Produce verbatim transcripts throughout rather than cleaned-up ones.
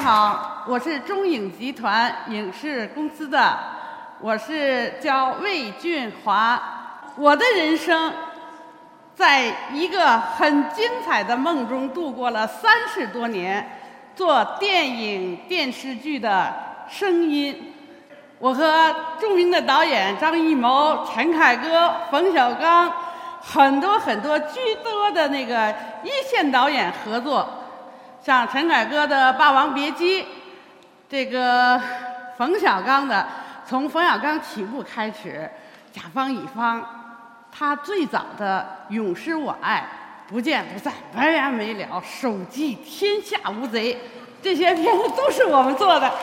好，我是中影集团影视公司的，我是叫魏俊华。我的人生在一个很精彩的梦中度过了三十多年，做电影电视剧的声音。我和著名的导演张艺谋、陈凯歌、冯小刚，很多很多居多的那个一线导演合作，像陈凯歌的《霸王别姬》，这个冯小刚的从冯小刚起步开始，甲方乙方，他最早的《永失我爱》、不见不散、没完没了、手记、天下无贼，这些片子都是我们做的。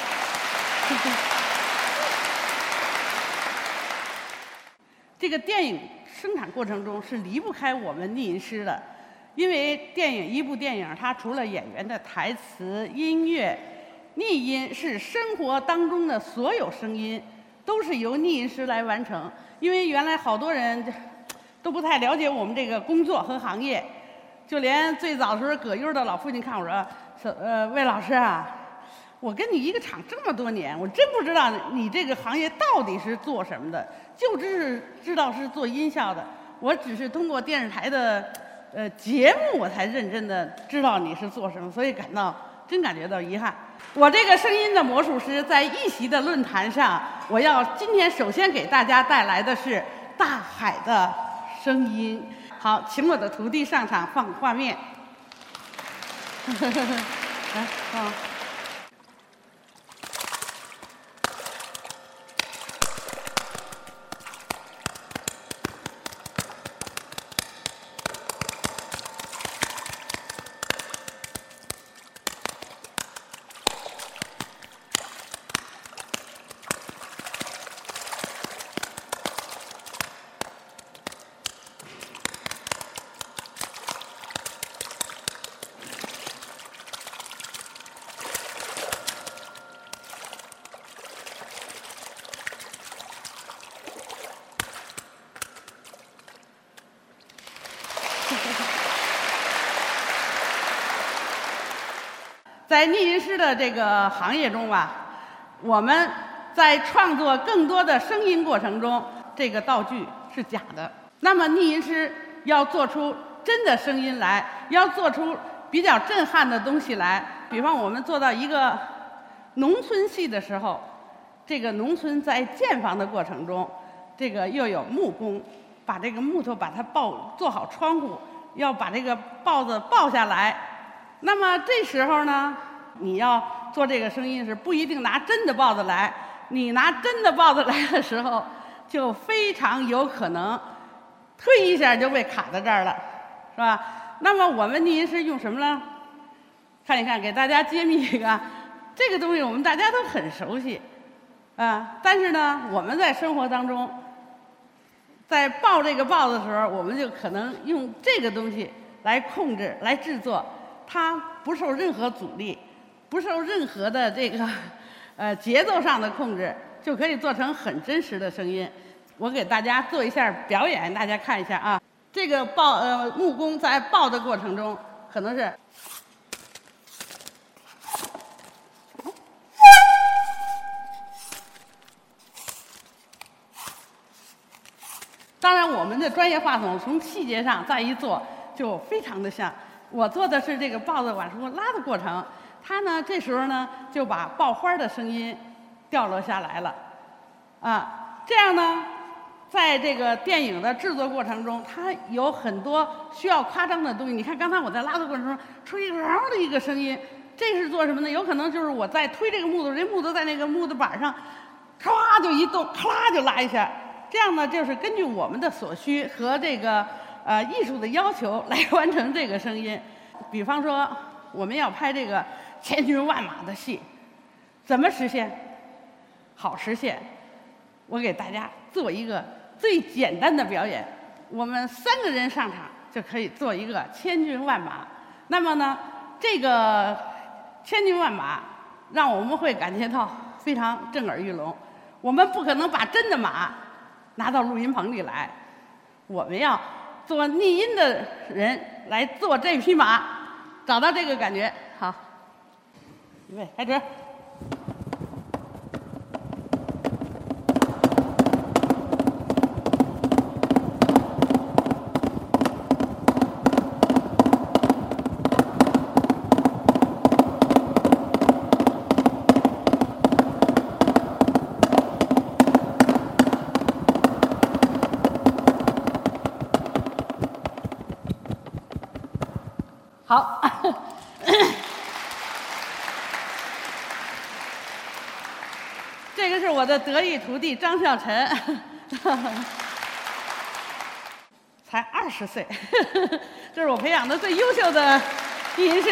这个电影生产过程中是离不开我们逆音师的，因为电影一部电影，它除了演员的台词、音乐，逆音是生活当中的所有声音都是由逆音师来完成。因为原来好多人都不太了解我们这个工作和行业，就连最早的时候葛优的老父亲看我说：“说呃，魏老师啊，我跟你一个厂这么多年，我真不知道你这个行业到底是做什么的，就只是知道是做音效的。我只是通过电视台的呃节目，我才认真的知道你是做什么，所以感到真感觉到遗憾。我这个声音的魔术师在一席的论坛上，我要今天首先给大家带来的是大海的声音。好，请我的徒弟上场放画面。来，放。在逆音师的这个行业中吧，我们在创作更多的声音过程中，这个道具是假的。那么逆音师要做出真的声音来，要做出比较震撼的东西来。比方我们做到一个农村戏的时候，这个农村在建房的过程中，这个又有木工把这个木头把它抱做好窗户，要把这个抱子抱下来。那么这时候呢，你要做这个声音是不一定拿真的抱子来，你拿真的抱子来的时候，就非常有可能推一下就被卡在这儿了，是吧？那么我们逆音师用什么呢？看一看，给大家揭秘一个，这个东西我们大家都很熟悉，啊，但是呢，我们在生活当中，在抱这个抱子的时候，我们就可能用这个东西来控制、来制作。它不受任何阻力，不受任何的这个呃节奏上的控制，就可以做成很真实的声音。我给大家做一下表演，大家看一下啊。这个抱呃木工在抱的过程中，可能是，当然我们的专业话筒从细节上再一做，就非常的像。我做的是这个抱子往出拉的过程，他呢这时候呢就把爆花的声音掉落下来了，啊，这样呢，在这个电影的制作过程中，它有很多需要夸张的东西。你看刚才我在拉的过程中吹嗷的一个声音，这是做什么呢？有可能就是我在推这个木头，人木头在那个木头板上，唰就一动，咔啦就拉一下。这样呢，就是根据我们的所需和这个。呃，艺术的要求来完成这个声音。比方说，我们要拍这个千军万马的戏，怎么实现？好实现。我给大家做一个最简单的表演，我们三个人上场就可以做一个千军万马。那么呢，这个千军万马让我们会感觉到非常震耳欲聋。我们不可能把真的马拿到录音棚里来，我们要做逆音的人来做这匹马，找到这个感觉。好， 预备，开始。好，这个是我的得意徒弟张孝臣，才二十岁，这是我培养的最优秀的低音师。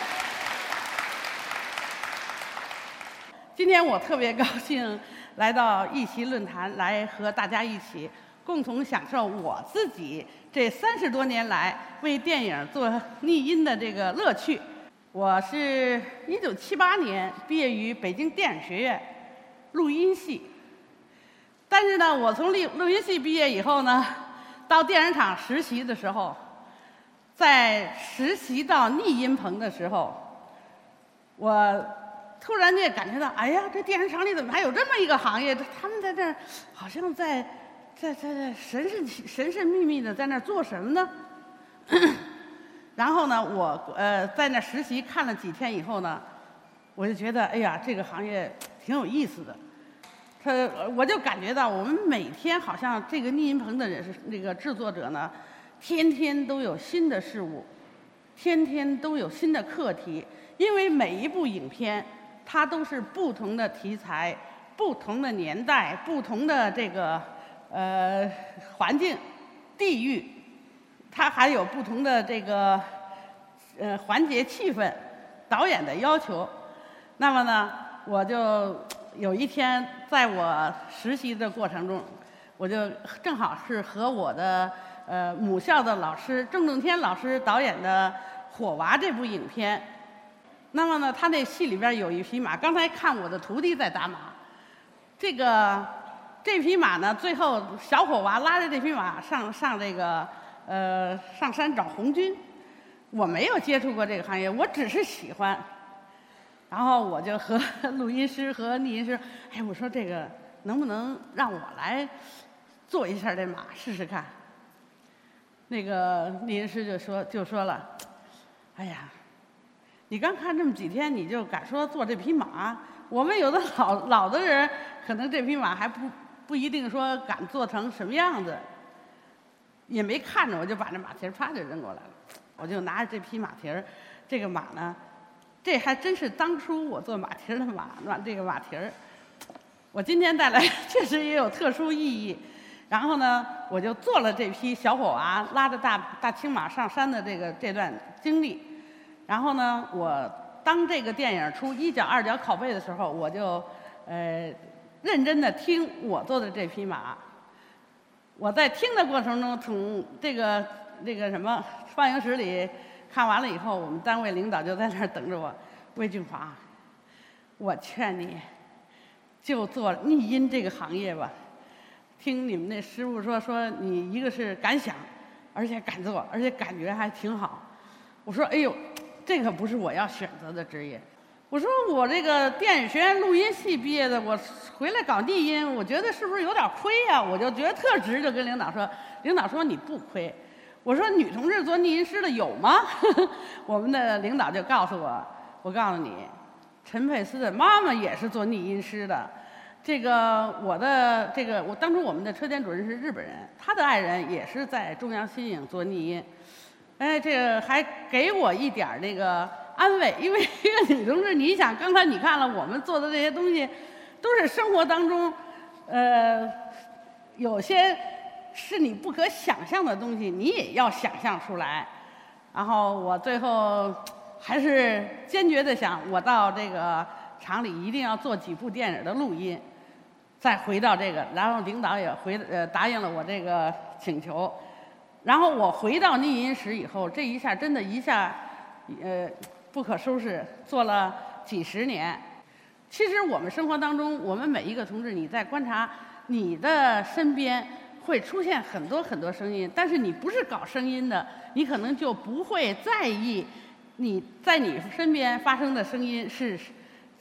今天我特别高兴来到一席论坛，来和大家一起共同享受我自己这三十多年来为电影做逆音的这个乐趣。我是一九七八年毕业于北京电影学院录音系，但是呢，我从录录音系毕业以后呢，到电影厂实习的时候，在实习到逆音棚的时候，我突然间感觉到，哎呀，这电影厂里怎么还有这么一个行业？他们在这儿好像在在在在神神神神秘秘的在那儿做什么呢？然后呢，我呃在那实习看了几天以后呢，我就觉得，哎呀，这个行业挺有意思的。他我就感觉到，我们每天好像这个逆音棚的人是那个制作者呢，天天都有新的事物，天天都有新的课题，因为每一部影片它都是不同的题材、不同的年代、不同的这个呃环境、地域，它还有不同的这个呃环节、气氛、导演的要求。那么呢，我就有一天在我实习的过程中，我就正好是和我的呃母校的老师郑正天老师导演的《火娃》这部影片。那么呢，他那戏里边有一匹马，刚才看我的徒弟在打马，这个这匹马呢，最后小火娃拉着这匹马上上这个呃上山找红军。我没有接触过这个行业，我只是喜欢。然后我就和录音师和逆音师，哎，我说这个能不能让我来做一下这马试试看？那个逆音师就说就说了，哎呀，你刚看这么几天，你就敢说做这匹马？我们有的老老的人，可能这匹马还不不一定说敢做成什么样子。也没看着，我就把这马蹄儿啪就扔过来了。我就拿着这匹马蹄儿，这个马呢，这还真是当初我做马蹄儿的马，马这个马蹄儿，我今天带来确实也有特殊意义。然后呢，我就做了这匹小火娃拉着大大青马上山的这个这段经历。然后呢，我当这个电影出一角、二角拷贝的时候，我就呃认真的听我做的这匹马。我在听的过程中，从这个这个什么放映室里看完了以后，我们单位领导就在那儿等着我。魏俊华，我劝你，就做逆音这个行业吧。听你们那师傅说，说你一个是敢想，而且敢做，而且感觉还挺好。我说，哎呦，这可不是我要选择的职业。我说我这个电影学院录音系毕业的，我回来搞逆音，我觉得是不是有点亏呀？我就觉得特直，就跟领导说，领导说你不亏。我说女同志做逆音师的有吗？我们的领导就告诉我，我告诉你，陈佩斯的妈妈也是做逆音师的。这个我的这个我当初我们的车间主任是日本人，他的爱人也是在中央新影做逆音。哎，这个还给我一点儿那个安慰，因为一个女同志，你想刚才你看了我们做的这些东西，都是生活当中，呃，有些是你不可想象的东西，你也要想象出来。然后我最后还是坚决的想，我到这个厂里一定要做几部电影的录音，再回到这个，然后领导也回呃答应了我这个请求。然后我回到逆音室以后，这一下真的一下，呃，不可收拾，做了几十年。其实我们生活当中，我们每一个同志，你在观察你的身边会出现很多很多声音，但是你不是搞声音的，你可能就不会在意你在你身边发生的声音是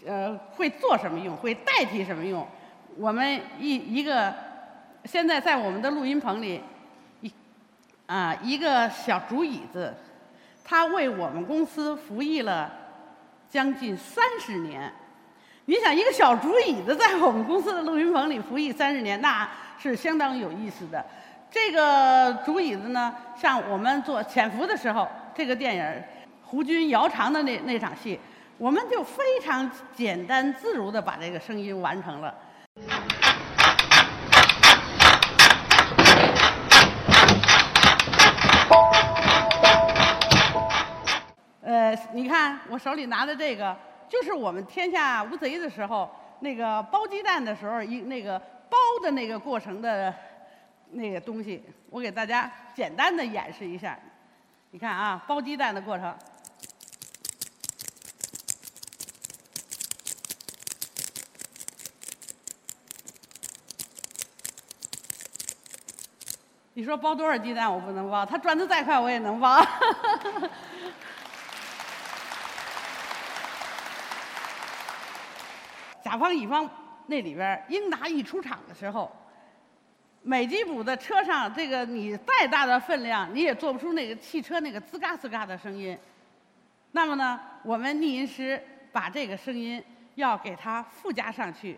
呃，会做什么用，会代替什么用。我们一一个现在在我们的录音棚里，一啊一个小竹椅子，它为我们公司服役了将近三十年。你想，一个小竹椅子在我们公司的录音棚里服役三十年，那是相当有意思的。这个竹椅子呢，像我们做《潜伏》的时候，这个电影胡军姚长的那那场戏，我们就非常简单自如地把这个声音完成了。呃，你看我手里拿的这个，就是我们天下无贼的时候，那个包鸡蛋的时候，一那个包的那个过程的那个东西，我给大家简单的演示一下。你看啊，包鸡蛋的过程。你说包多少鸡蛋我不能包，它转的再快我也能包。甲方乙方那里边，英达一出场的时候，美吉普的车上，这个你再大的分量，你也做不出那个汽车那个吱嘎吱嘎的声音。那么呢，我们逆音师把这个声音要给它附加上去。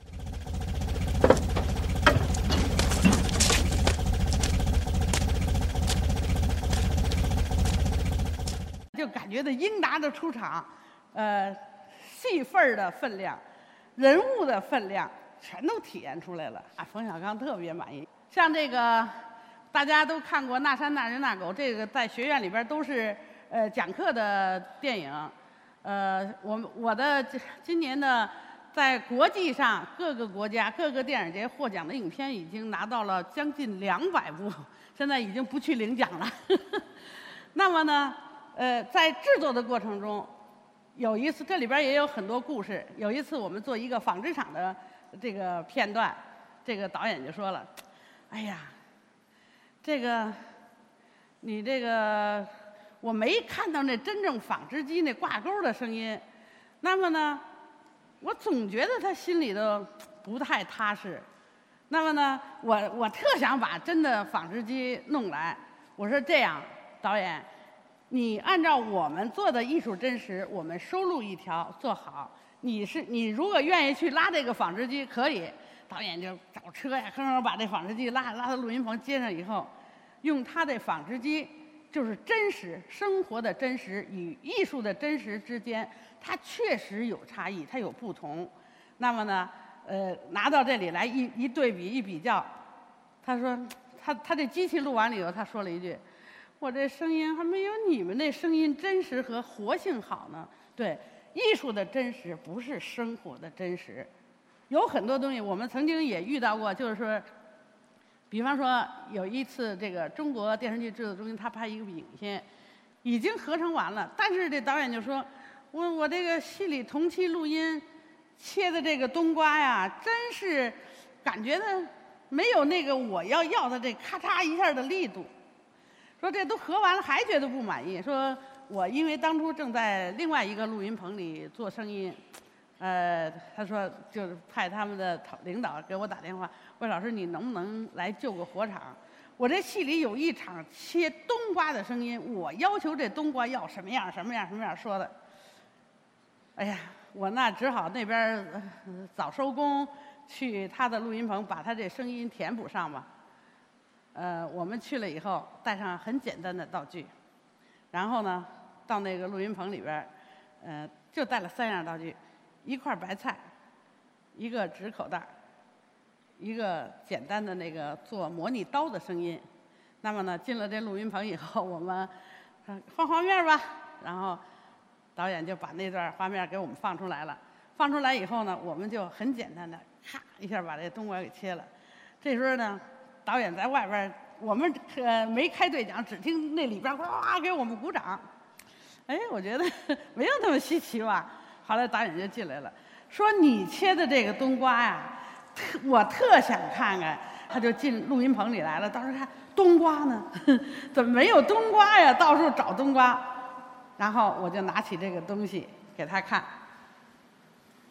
就感觉到英达的出场，呃，戏份儿的分量、人物的分量全都体现出来了啊！冯小刚特别满意。像这个，大家都看过《那山那人那狗》，这个在学院里边都是呃讲课的电影。呃，我我的今年的在国际上各个国家各个电影节获奖的影片已经拿到了将近两百部，现在已经不去领奖了。那么呢？呃，在制作的过程中，有一次这里边也有很多故事。有一次我们做一个纺织厂的这个片段，这个导演就说了：“哎呀，这个你这个我没看到那真正纺织机那挂钩的声音，那么呢，我总觉得他心里头不太踏实。那么呢，我我特想把真的纺织机弄来。我说这样，导演。”你按照我们做的艺术真实，我们收录一条做好。你是你如果愿意去拉这个纺织机，可以。导演就找车呀，哼哼把这纺织机拉拉到录音棚接上以后，用他的纺织机，就是真实生活的真实与艺术的真实之间，它确实有差异，它有不同。那么呢，呃，拿到这里来一一对比一比较，他说他他这机器录完了以后，他说了一句。我这声音还没有你们那声音真实和活性好呢。对，艺术的真实不是生活的真实，有很多东西我们曾经也遇到过，就是说，比方说有一次这个中国电视剧制作中心他拍一个影片，已经合成完了，但是这导演就说，我我这个戏里同期录音切的这个冬瓜呀，真是感觉的没有那个我要要的这咔嚓一下的力度。说这都合完了还觉得不满意，说我因为当初正在另外一个录音棚里做声音，呃，他说就是派他们的领导给我打电话，问老师你能不能来救个火场？我这戏里有一场切冬瓜的声音，我要求这冬瓜要什么样什么样什么样说的。哎呀，我那只好那边、呃、早收工，去他的录音棚把他这声音填补上吧。呃，我们去了以后，带上很简单的道具，然后呢，到那个录音棚里边，呃，就带了三样道具：一块白菜，一个纸口袋，一个简单的那个做模拟刀的声音。那么呢，进了这录音棚以后，我们放画面吧，然后导演就把那段画面给我们放出来了。放出来以后呢，我们就很简单的咔一下把这冬瓜给切了。这时候呢。导演在外边，我们呃没开对讲，只听那里边哗给我们鼓掌。哎，我觉得没有那么稀奇吧。后来导演就进来了，说你切的这个冬瓜呀，特我特想看看。他就进录音棚里来了，当时看冬瓜呢，怎么没有冬瓜呀？到处找冬瓜。然后我就拿起这个东西给他看。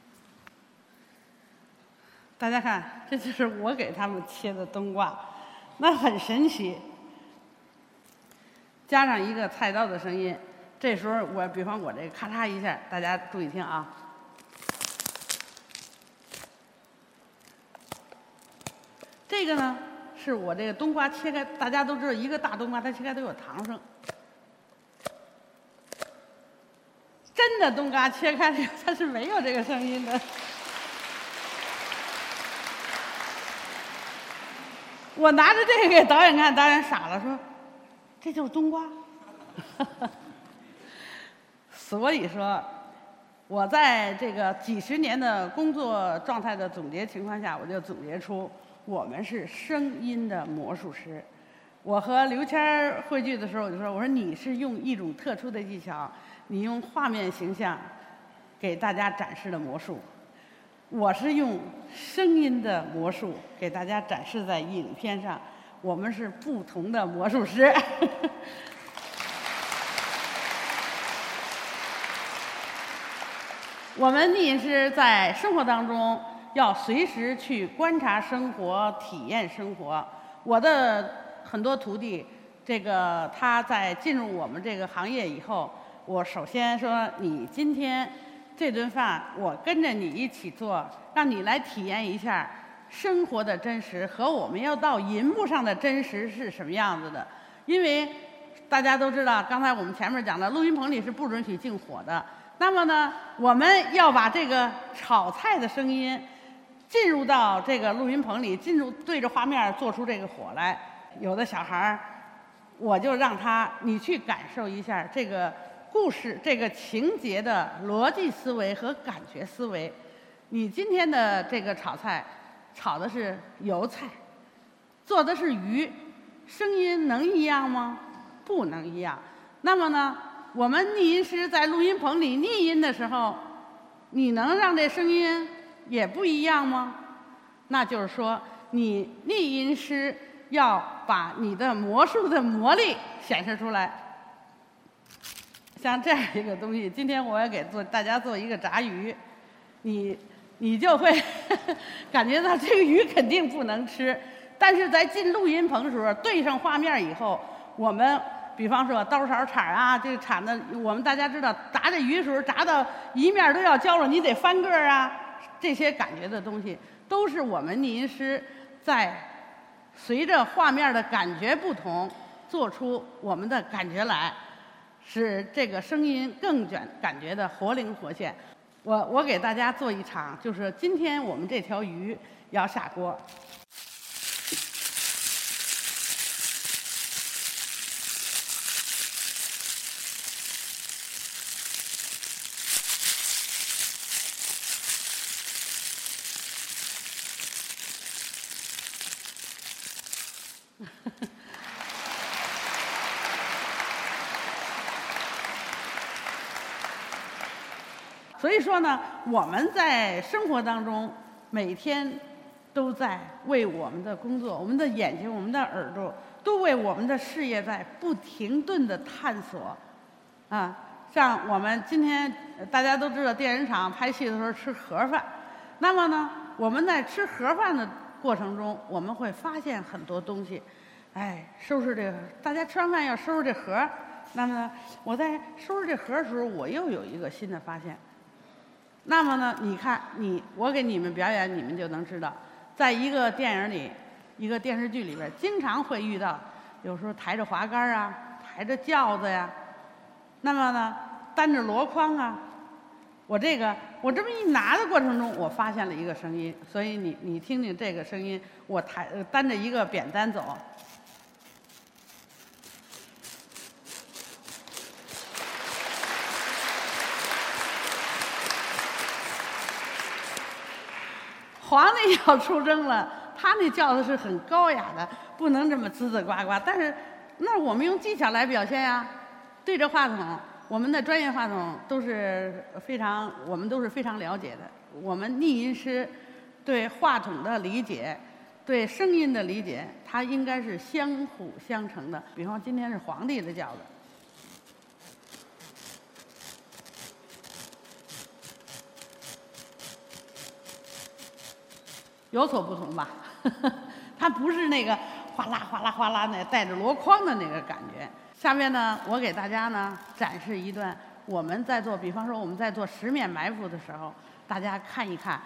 大家看，这就是我给他们切的冬瓜，那很神奇。加上一个菜刀的声音，这时候我比方我这个咔嚓一下，大家注意听啊。这个呢，是我这个冬瓜切开，大家都知道，一个大冬瓜它切开都有糖声。真的冬瓜切开了，它是没有这个声音的。我拿着这个给导演看，导演傻了，说：“这就是冬瓜。”所以说，我在这个几十年的工作状态的总结情况下，我就总结出我们是声音的魔术师。我和刘谦儿汇聚的时候，我就说：“我说你是用一种特殊的技巧，你用画面形象给大家展示的魔术。”我是用声音的魔术给大家展示在影片上，我们是不同的魔术师。我们逆音师在生活当中要随时去观察生活、体验生活。我的很多徒弟，这个他在进入我们这个行业以后，我首先说你今天这顿饭我跟着你一起做，让你来体验一下生活的真实和我们要到银幕上的真实是什么样子的。因为大家都知道，刚才我们前面讲的，录音棚里是不允许进火的。那么呢，我们要把这个炒菜的声音进入到这个录音棚里，进入对着画面做出这个火来。有的小孩儿，我就让他你去感受一下这个故事、这个情节的逻辑思维和感觉思维。你今天的这个炒菜，炒的是油菜，做的是鱼，声音能一样吗？不能一样。那么呢，我们逆音师在录音棚里逆音的时候，你能让这声音也不一样吗？那就是说，你逆音师要把你的魔术的魔力显示出来。像这样一个东西，今天我要给做大家做一个炸鱼，你你就会感觉到这个鱼肯定不能吃，但是在进录音棚的时候，对上画面以后，我们比方说刀勺铲啊，这个铲的，我们大家知道，炸这鱼的时候，炸到一面都要焦了，你得翻个儿啊，这些感觉的东西，都是我们逆音师在随着画面的感觉不同，做出我们的感觉来，使这个声音更感感觉的活灵活现。我我给大家做一场，就是今天我们这条鱼要下锅。所以说呢，我们在生活当中每天都在为我们的工作、我们的眼睛、我们的耳朵，都为我们的事业在不停顿的探索。啊，像我们今天大家都知道，电影厂拍戏的时候吃盒饭，那么呢，我们在吃盒饭的过程中，我们会发现很多东西。哎，收拾这个，大家吃完饭要收拾这盒，那么呢，我在收拾这盒的时候，我又有一个新的发现。那么呢，你看你，我给你们表演，你们就能知道，在一个电影里、一个电视剧里边，经常会遇到，有时候抬着滑竿啊，抬着轿子呀，那么呢，担着箩筐啊。我这个，我这么一拿的过程中，我发现了一个声音，所以你你听听这个声音，我抬呃担着一个扁担走。皇帝要出征了，他那轿子是很高雅的，不能这么滋滋呱呱。但是，那我们用技巧来表现呀，对着话筒，我们的专业话筒都是非常，我们都是非常了解的。我们逆音师对话筒的理解，对声音的理解，它应该是相辅相成的。比方今天是皇帝的轿子。 有所不同吧？它不是那个哗啦哗啦哗啦那带着箩筐的那个感觉。下面呢，我给大家呢展示一段我们在做，比方说我们在做十面埋伏的时候，大家看一看。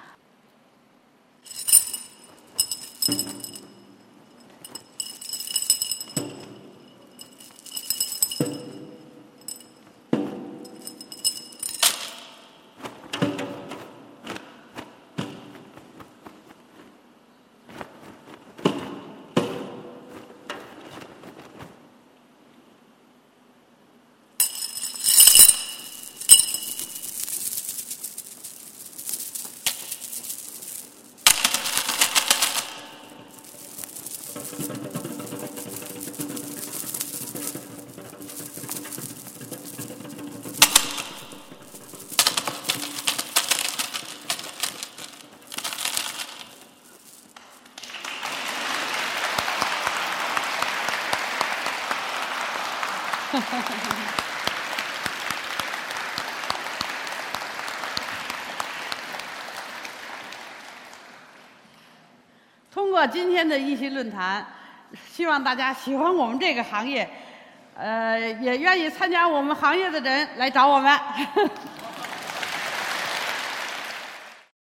通过今天的一席论坛，希望大家喜欢我们这个行业，呃，也愿意参加我们行业的人来找我们。